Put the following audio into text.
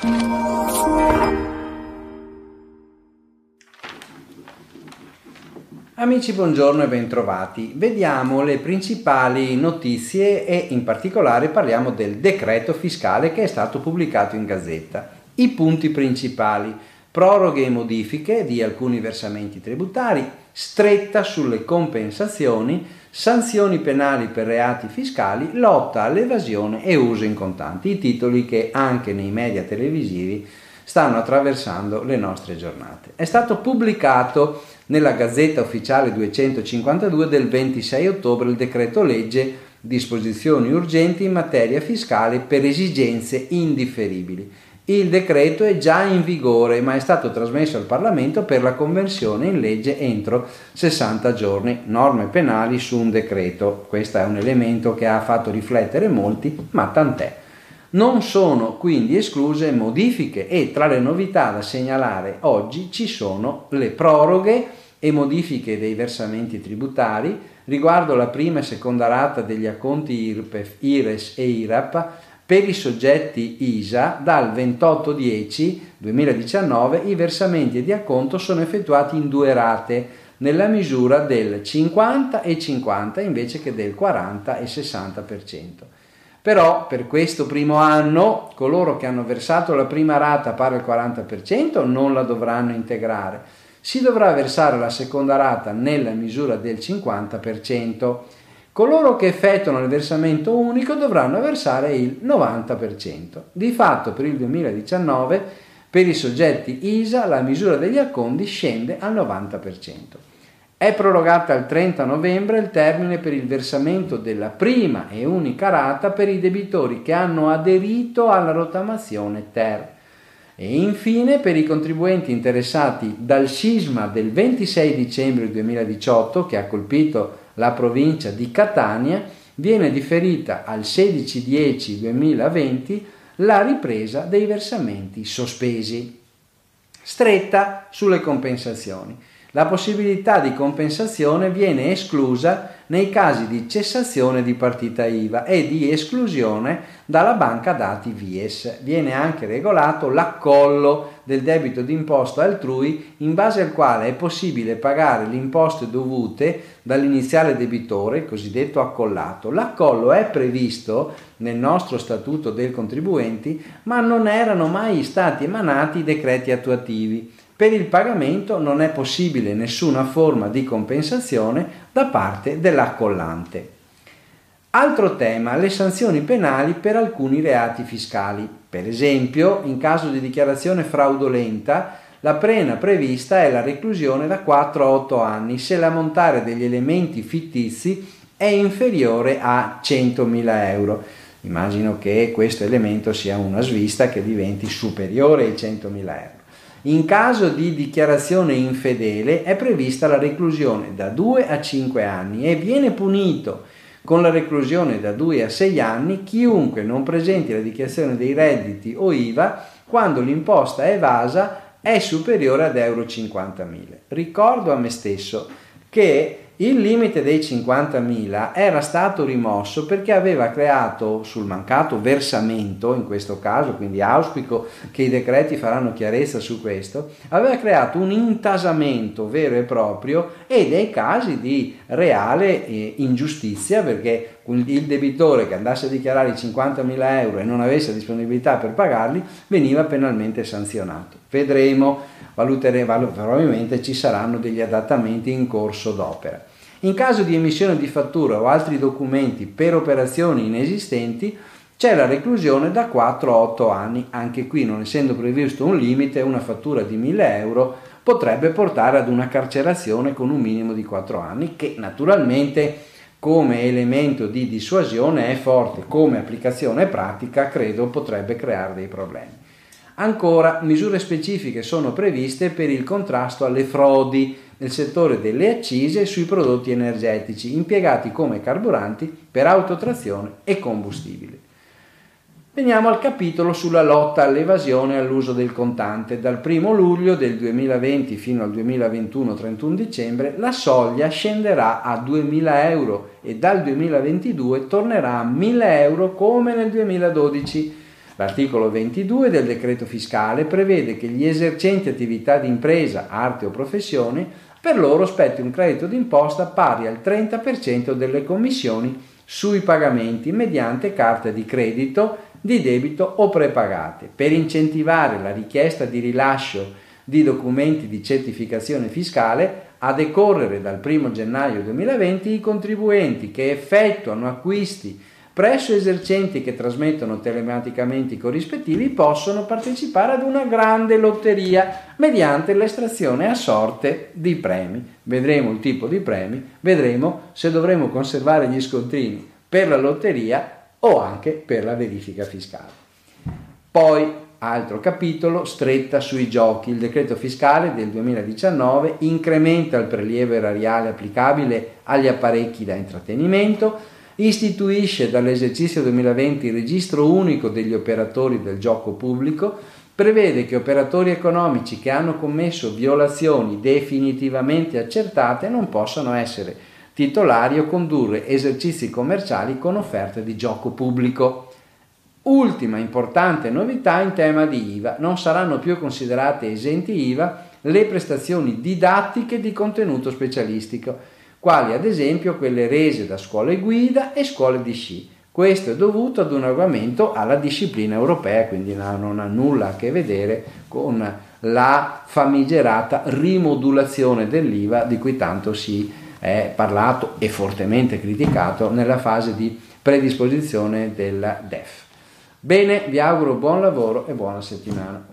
Amici, buongiorno e bentrovati. Vediamo le principali notizie e in particolare parliamo del decreto fiscale che è stato pubblicato in Gazzetta. I punti principali: proroghe e modifiche di alcuni versamenti tributari, stretta sulle compensazioni, sanzioni penali per reati fiscali, lotta all'evasione e uso in contanti. I titoli che anche nei media televisivi stanno attraversando le nostre giornate. È stato pubblicato nella Gazzetta Ufficiale 252 del 26 ottobre il decreto legge disposizioni urgenti in materia fiscale per esigenze indifferibili. Il decreto è già in vigore, ma è stato trasmesso al Parlamento per la conversione in legge entro 60 giorni. Norme penali su un decreto. Questo è un elemento che ha fatto riflettere molti, ma tant'è. Non sono quindi escluse modifiche e tra le novità da segnalare oggi ci sono le proroghe e modifiche dei versamenti tributari riguardo la prima e seconda rata degli acconti IRPEF, IRES e IRAP per i soggetti ISA. Dal 28/10/2019 i versamenti di acconto sono effettuati in 2 rate nella misura del 50 e 50 invece che del 40 e 60%. Però per questo primo anno coloro che hanno versato la prima rata pari al 40% non la dovranno integrare. Si dovrà versare la seconda rata nella misura del 50%. Coloro che effettuano il versamento unico dovranno versare il 90%. Di fatto per il 2019 per i soggetti ISA la misura degli acconti scende al 90%. È prorogata al 30 novembre il termine per il versamento della prima e unica rata per i debitori che hanno aderito alla rottamazione ter. E infine per i contribuenti interessati dal sisma del 26 dicembre 2018 che ha colpito la provincia di Catania viene differita al 16/10/2020 la ripresa dei versamenti sospesi. Stretta sulle compensazioni. La possibilità di compensazione viene esclusa nei casi di cessazione di partita IVA e di esclusione dalla banca dati VIES. Viene anche regolato l'accollo del debito d'imposta altrui in base al quale è possibile pagare le imposte dovute dall'iniziale debitore, il cosiddetto accollato. L'accollo è previsto nel nostro statuto dei contribuenti, ma non erano mai stati emanati decreti attuativi. Per il pagamento non è possibile nessuna forma di compensazione da parte dell'accollante. Altro tema: le sanzioni penali per alcuni reati fiscali. Per esempio, in caso di dichiarazione fraudolenta, la pena prevista è la reclusione da 4 a 8 anni se l'ammontare degli elementi fittizi è inferiore a 100.000 euro. Immagino che questo elemento sia una svista che diventi superiore ai 100.000 euro. In caso di dichiarazione infedele è prevista la reclusione da 2 a 5 anni e viene punito con la reclusione da 2 a 6 anni chiunque non presenti la dichiarazione dei redditi o IVA quando l'imposta evasa è superiore ad euro 50.000. Ricordo a me stesso che il limite dei 50.000 era stato rimosso perché aveva creato sul mancato versamento, in questo caso, quindi auspico che i decreti faranno chiarezza su questo, aveva creato un intasamento vero e proprio e dei casi di reale ingiustizia, perché il debitore che andasse a dichiarare i 50.000 euro e non avesse disponibilità per pagarli veniva penalmente sanzionato. Vedremo, probabilmente ci saranno degli adattamenti in corso d'opera. In caso di emissione di fattura o altri documenti per operazioni inesistenti c'è la reclusione da 4 a 8 anni. Anche qui, non essendo previsto un limite, una fattura di 1.000 euro potrebbe portare ad una carcerazione con un minimo di 4 anni che naturalmente come elemento di dissuasione è forte, come applicazione pratica credo potrebbe creare dei problemi. Ancora, misure specifiche sono previste per il contrasto alle frodi nel settore delle accise sui prodotti energetici impiegati come carburanti per autotrazione e combustibili. Veniamo al capitolo sulla lotta all'evasione e all'uso del contante. Dal 1 luglio del 2020 fino al 2021 31 dicembre la soglia scenderà a 2.000 euro e dal 2022 tornerà a 1.000 euro come nel 2012. L'articolo 22 del decreto fiscale prevede che gli esercenti attività di impresa, arte o professione, per loro spetti un credito d'imposta pari al 30% delle commissioni sui pagamenti mediante carte di credito, di debito o prepagate. Per incentivare la richiesta di rilascio di documenti di certificazione fiscale, a decorrere dal 1 gennaio 2020 i contribuenti che effettuano acquisti presso esercenti che trasmettono telematicamente i corrispettivi possono partecipare ad una grande lotteria mediante l'estrazione a sorte di premi. Vedremo il tipo di premi, vedremo se dovremo conservare gli scontrini per la lotteria o anche per la verifica fiscale. Poi, altro capitolo, stretta sui giochi. Il decreto fiscale del 2019 incrementa il prelievo erariale applicabile agli apparecchi da intrattenimento, istituisce dall'esercizio 2020 il registro unico degli operatori del gioco pubblico, prevede che operatori economici che hanno commesso violazioni definitivamente accertate non possano essere titolari o condurre esercizi commerciali con offerte di gioco pubblico. Ultima importante novità in tema di IVA: non saranno più considerate esenti IVA le prestazioni didattiche di contenuto specialistico, quali ad esempio quelle rese da scuole guida e scuole di sci. Questo è dovuto ad un adeguamento alla disciplina europea, quindi non ha nulla a che vedere con la famigerata rimodulazione dell'IVA di cui tanto si è parlato e fortemente criticato nella fase di predisposizione della DEF. Bene, vi auguro buon lavoro e buona settimana.